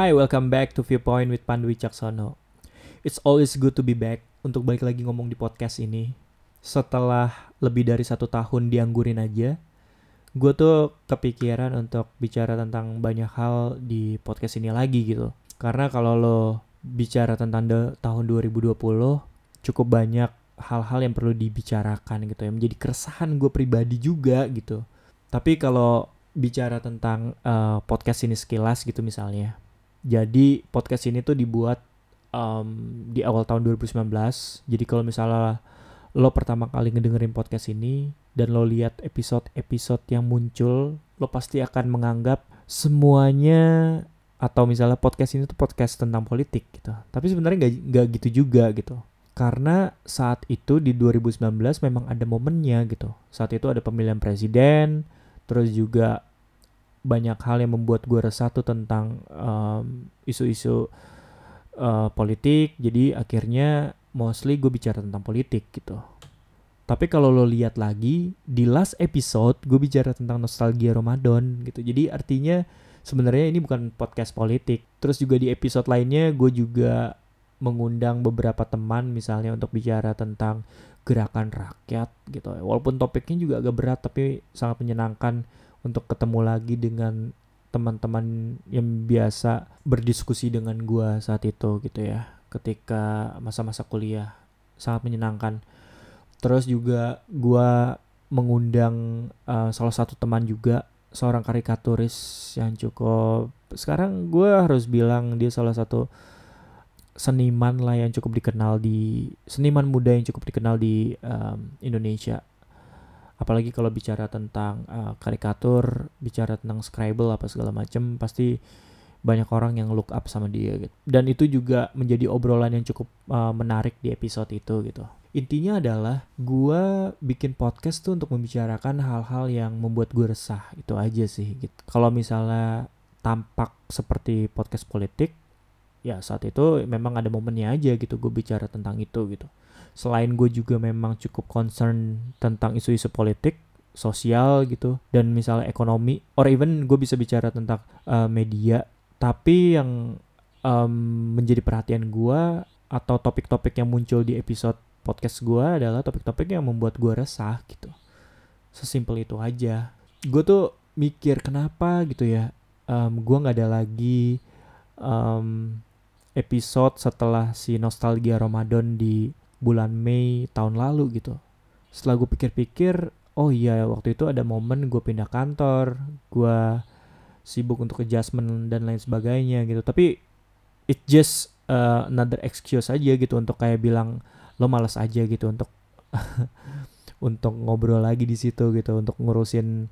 Hai, welcome back to Viewpoint with Pandu Wicaksono. It's always good to be back untuk balik lagi ngomong di podcast ini. Setelah lebih dari 1 tahun dianggurin aja, gue tuh kepikiran untuk bicara tentang banyak hal di podcast ini lagi gitu. Karena kalau lo bicara tentang tahun 2020, cukup banyak hal-hal yang perlu dibicarakan gitu ya. Menjadi keresahan gue pribadi juga gitu. Tapi kalau bicara tentang podcast ini sekilas gitu misalnya. Jadi podcast ini tuh dibuat di awal tahun 2019. Jadi kalau misalnya lo pertama kali ngedengerin podcast ini dan lo lihat episode-episode yang muncul, lo pasti akan menganggap semuanya atau misalnya podcast ini tuh podcast tentang politik gitu. Tapi sebenarnya nggak gitu juga gitu. Karena saat itu di 2019 memang ada momennya gitu. Saat itu ada pemilihan presiden, terus juga banyak hal yang membuat gue resah tuh tentang isu-isu politik. Jadi akhirnya mostly gue bicara tentang politik gitu. Tapi kalau lo lihat lagi di last episode gue bicara tentang nostalgia Ramadan gitu. Jadi artinya sebenarnya ini bukan podcast politik. Terus juga di episode lainnya gue juga mengundang beberapa teman misalnya untuk bicara tentang gerakan rakyat gitu. Walaupun topiknya juga agak berat tapi sangat menyenangkan untuk ketemu lagi dengan teman-teman yang biasa berdiskusi dengan gue saat itu gitu ya. Ketika masa-masa kuliah sangat menyenangkan. Terus juga gue mengundang salah satu teman juga, seorang karikaturis yang cukup, sekarang gue harus bilang dia salah satu seniman lah yang cukup dikenal seniman muda yang cukup dikenal di Indonesia. Apalagi kalau bicara tentang karikatur, bicara tentang scribble apa segala macam, pasti banyak orang yang look up sama dia gitu. Dan itu juga menjadi obrolan yang cukup menarik di episode itu gitu. Intinya adalah gue bikin podcast tuh untuk membicarakan hal-hal yang membuat gue resah. Itu aja sih gitu. Kalau misalnya tampak seperti podcast politik, ya saat itu memang ada momennya aja gitu gue bicara tentang itu gitu. Selain gue juga memang cukup concern tentang isu-isu politik, sosial gitu, dan misalnya ekonomi, or even gue bisa bicara tentang media. Tapi yang menjadi perhatian gue atau topik-topik yang muncul di episode podcast gue adalah topik-topik yang membuat gue resah gitu. Sesimpel itu aja. Gue tuh mikir kenapa gitu ya, gue gak ada lagi episode setelah si nostalgia Ramadan di bulan Mei tahun lalu gitu. Setelah gue pikir-pikir, oh iya waktu itu ada momen gue pindah kantor, gue sibuk untuk adjustment dan lain sebagainya gitu. Tapi it just another excuse aja gitu untuk kayak bilang lo malas aja gitu untuk untuk ngobrol lagi di situ gitu, untuk ngurusin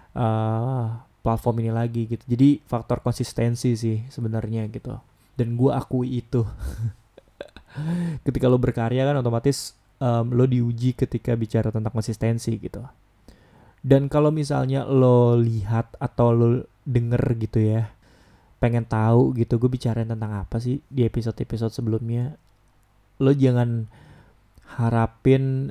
platform ini lagi gitu. Jadi faktor konsistensi sih sebenarnya gitu. Dan gue akui itu. Ketika lo berkarya kan otomatis lo diuji ketika bicara tentang konsistensi gitu. Dan kalau misalnya lo lihat atau lo denger gitu ya, pengen tahu gitu gue bicarain tentang apa sih di episode-episode sebelumnya, lo jangan harapin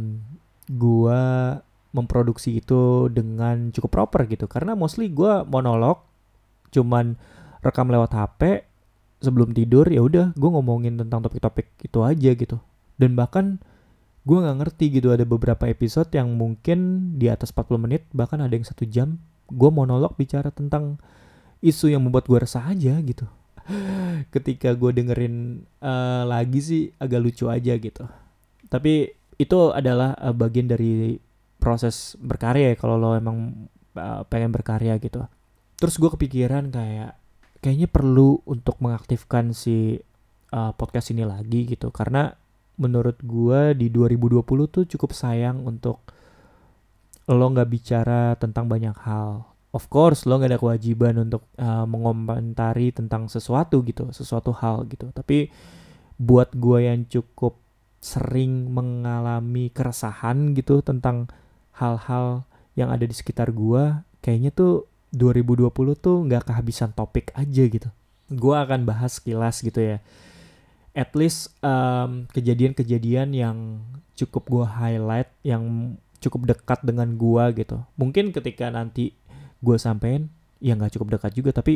gue memproduksi itu dengan cukup proper gitu. Karena mostly gue monolog, cuman rekam lewat HP, sebelum tidur ya udah gue ngomongin tentang topik-topik itu aja gitu. Dan bahkan gue nggak ngerti gitu, ada beberapa episode yang mungkin di atas 40 menit, bahkan ada yang 1 jam gue monolog bicara tentang isu yang membuat gue resah aja gitu. Ketika gue dengerin lagi sih agak lucu aja gitu. Tapi itu adalah bagian dari proses berkarya ya, kalau lo emang pengen berkarya gitu. Terus gue kepikiran kayaknya perlu untuk mengaktifkan si podcast ini lagi gitu. Karena menurut gue di 2020 tuh cukup sayang untuk lo gak bicara tentang banyak hal. Of course lo gak ada kewajiban untuk mengomentari tentang sesuatu gitu, sesuatu hal gitu. Tapi buat gue yang cukup sering mengalami keresahan gitu tentang hal-hal yang ada di sekitar gue, kayaknya tuh 2020 tuh gak kehabisan topik aja gitu. Gue akan bahas sekilas gitu ya. At least kejadian-kejadian yang cukup gue highlight, yang cukup dekat dengan gue gitu. Mungkin ketika nanti gue sampein, ya gak cukup dekat juga, tapi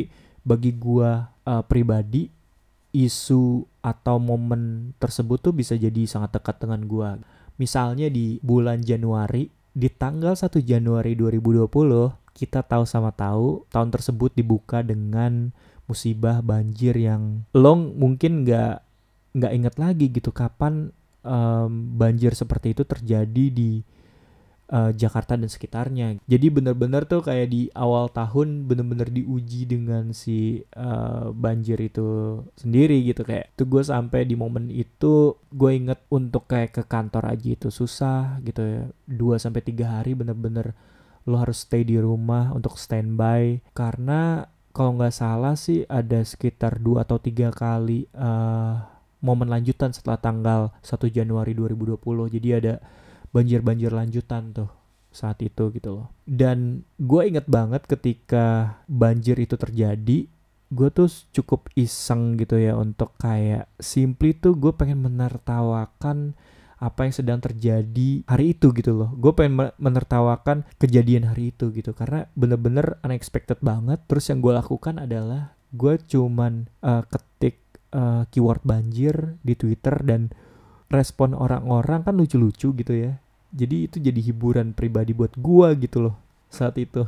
Bagi gue pribadi, isu atau momen tersebut tuh bisa jadi sangat dekat dengan gue. Misalnya di bulan Januari, di tanggal 1 Januari 2020, kita tahu sama tahu tahun tersebut dibuka dengan musibah banjir yang lo mungkin nggak inget lagi gitu kapan banjir seperti itu terjadi di Jakarta dan sekitarnya. Jadi benar-benar tuh kayak di awal tahun benar-benar diuji dengan si banjir itu sendiri gitu. Kayak tuh gue sampai di momen itu gue inget untuk kayak ke kantor aja itu susah gitu ya. 2-3 hari benar-benar lo harus stay di rumah untuk standby, karena kalau nggak salah sih ada sekitar 2 atau 3 kali momen lanjutan setelah tanggal 1 Januari 2020. Jadi ada banjir-banjir lanjutan tuh saat itu gitu loh. Dan gue inget banget ketika banjir itu terjadi, gue tuh cukup iseng gitu ya untuk kayak simply tuh gue pengen menertawakan apa yang sedang terjadi hari itu gitu loh. Gue pengen menertawakan kejadian hari itu gitu, karena bener-bener unexpected banget. Terus yang gue lakukan adalah gue cuman ketik keyword banjir di Twitter, dan respon orang-orang kan lucu-lucu gitu ya. Jadi itu jadi hiburan pribadi buat gua gitu loh saat itu.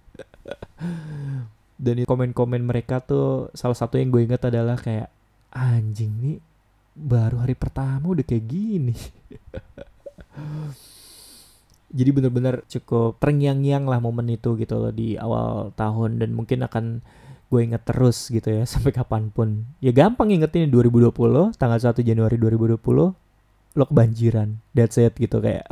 Dan komen-komen mereka tuh salah satu yang gue ingat adalah kayak, anjing nih baru hari pertama udah kayak gini. Jadi benar-benar cukup terngiang-ngiang lah momen itu gitu loh di awal tahun, dan mungkin akan gue inget terus gitu ya sampai kapanpun. Ya gampang ingetnya 2020 tanggal 1 Januari 2020 lo kebanjiran, that's it gitu kayak.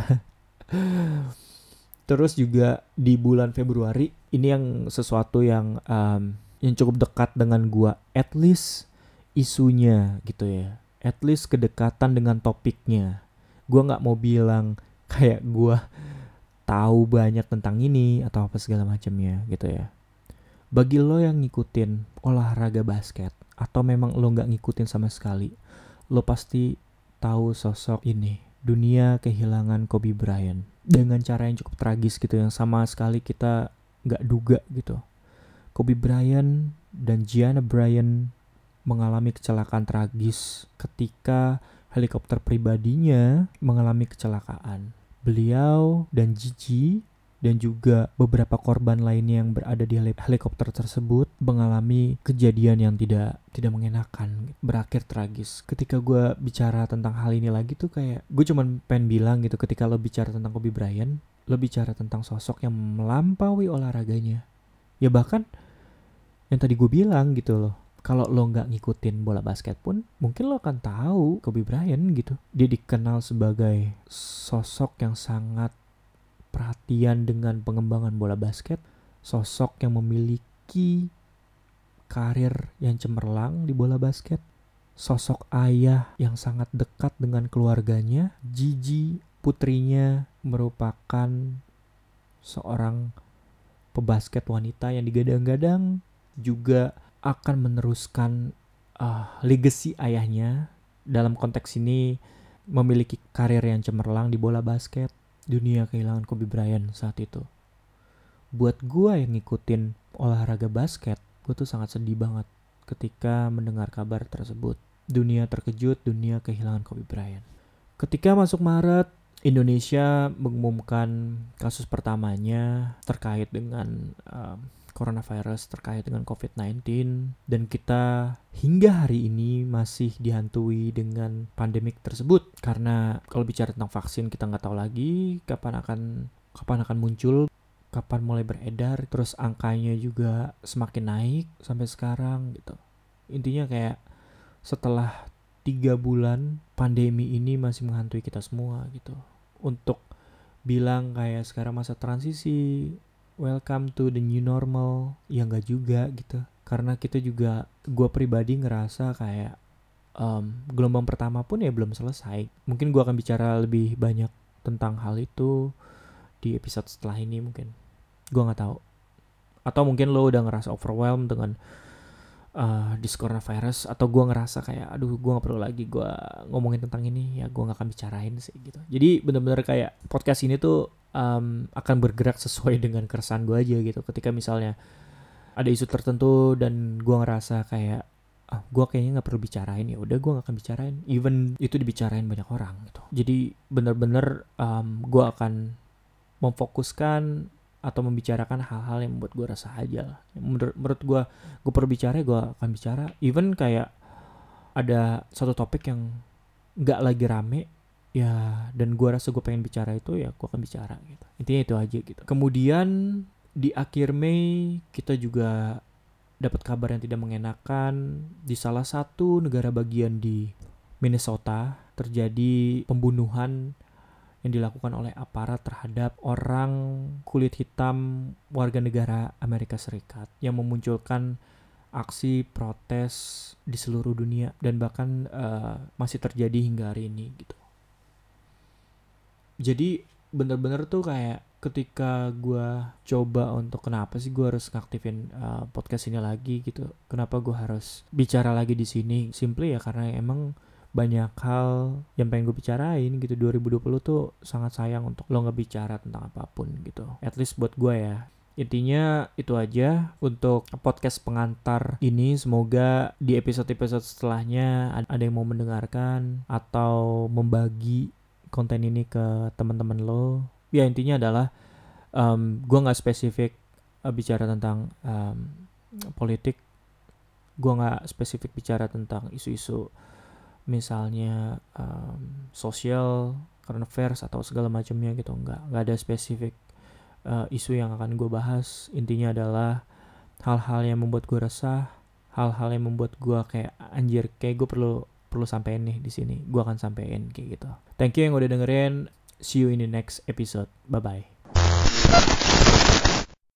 Terus juga di bulan Februari ini yang sesuatu yang cukup dekat dengan gua, at least isunya gitu ya, at least kedekatan dengan topiknya. Gua nggak mau bilang kayak gua tahu banyak tentang ini atau apa segala macamnya gitu ya. Bagi lo yang ngikutin olahraga basket atau memang lo nggak ngikutin sama sekali, lo pasti tahu sosok ini. Dunia kehilangan Kobe Bryant dengan cara yang cukup tragis gitu, yang sama sekali kita nggak duga gitu. Kobe Bryant dan Gianna Bryant mengalami kecelakaan tragis ketika helikopter pribadinya mengalami kecelakaan. Beliau dan Gigi dan juga beberapa korban lainnya yang berada di helikopter tersebut mengalami kejadian yang tidak mengenakan, berakhir tragis. Ketika gue bicara tentang hal ini lagi tuh kayak gue cuman pengen bilang gitu, ketika lo bicara tentang Kobe Bryant, lo bicara tentang sosok yang melampaui olahraganya. Ya bahkan yang tadi gue bilang gitu loh, kalau lo nggak ngikutin bola basket pun mungkin lo akan tahu Kobe Bryant gitu. Dia dikenal sebagai sosok yang sangat perhatian dengan pengembangan bola basket, sosok yang memiliki karir yang cemerlang di bola basket, sosok ayah yang sangat dekat dengan keluarganya. Gigi putrinya merupakan seorang pebasket wanita yang digadang-gadang juga akan meneruskan legacy ayahnya. Dalam konteks ini memiliki karir yang cemerlang di bola basket. Dunia kehilangan Kobe Bryant saat itu. Buat gue yang ngikutin olahraga basket, gue tuh sangat sedih banget ketika mendengar kabar tersebut. Dunia terkejut, dunia kehilangan Kobe Bryant. Ketika masuk Maret, Indonesia mengumumkan kasus pertamanya terkait dengan coronavirus, terkait dengan COVID-19, dan kita hingga hari ini masih dihantui dengan pandemik tersebut. Karena kalau bicara tentang vaksin, kita nggak tahu lagi kapan akan muncul, kapan mulai beredar, terus angkanya juga semakin naik sampai sekarang gitu. Intinya kayak setelah 3 bulan pandemi ini masih menghantui kita semua gitu. Untuk bilang kayak sekarang masa transisi, welcome to the new normal, ya nggak juga gitu. Karena kita juga, gue pribadi ngerasa kayak gelombang pertama pun ya belum selesai. Mungkin gue akan bicara lebih banyak tentang hal itu di episode setelah ini mungkin. Gue nggak tahu. Atau mungkin lo udah ngerasa overwhelmed dengan this coronavirus, atau gue ngerasa kayak aduh gue nggak perlu lagi gue ngomongin tentang ini, ya gue nggak akan bicarain sih gitu. Jadi benar-benar kayak podcast ini tuh akan bergerak sesuai dengan keresahan gue aja gitu. Ketika misalnya ada isu tertentu dan gue ngerasa kayak gue kayaknya nggak perlu bicarain, ya udah gue nggak akan bicarain, even itu dibicarain banyak orang gitu. Jadi bener-bener gue akan memfokuskan atau membicarakan hal-hal yang membuat gue resah aja lah. Menurut gue perlu bicara, gue akan bicara. Even kayak ada satu topik yang nggak lagi rame ya, dan gue rasa gue pengen bicara itu, ya gue akan bicara gitu. Intinya itu aja gitu. Kemudian di akhir Mei kita juga dapat kabar yang tidak mengenakan. Di salah satu negara bagian di Minnesota terjadi pembunuhan yang dilakukan oleh aparat terhadap orang kulit hitam warga negara Amerika Serikat yang memunculkan aksi protes di seluruh dunia dan bahkan masih terjadi hingga hari ini gitu. Jadi bener-bener tuh kayak ketika gue coba untuk kenapa sih gue harus ngaktifin podcast ini lagi gitu, kenapa gue harus bicara lagi di sini, simply ya karena emang banyak hal yang pengen gue bicarain gitu. 2020 tuh sangat sayang untuk lo nggak bicara tentang apapun gitu, at least buat gue ya. Intinya itu aja untuk podcast pengantar ini. Semoga di episode-episode setelahnya ada yang mau mendengarkan atau membagi konten ini ke teman-teman lo. Ya intinya adalah gue nggak spesifik bicara tentang politik, gue nggak spesifik bicara tentang isu-isu misalnya sosial, current affairs atau segala macamnya gitu. Nggak ada spesifik isu yang akan gue bahas. Intinya adalah hal-hal yang membuat gue resah, hal-hal yang membuat gue kayak anjir, kayak gue perlu sampein nih di sini. Gue akan sampein kayak gitu. Thank you yang udah dengerin. See you in the next episode. Bye bye.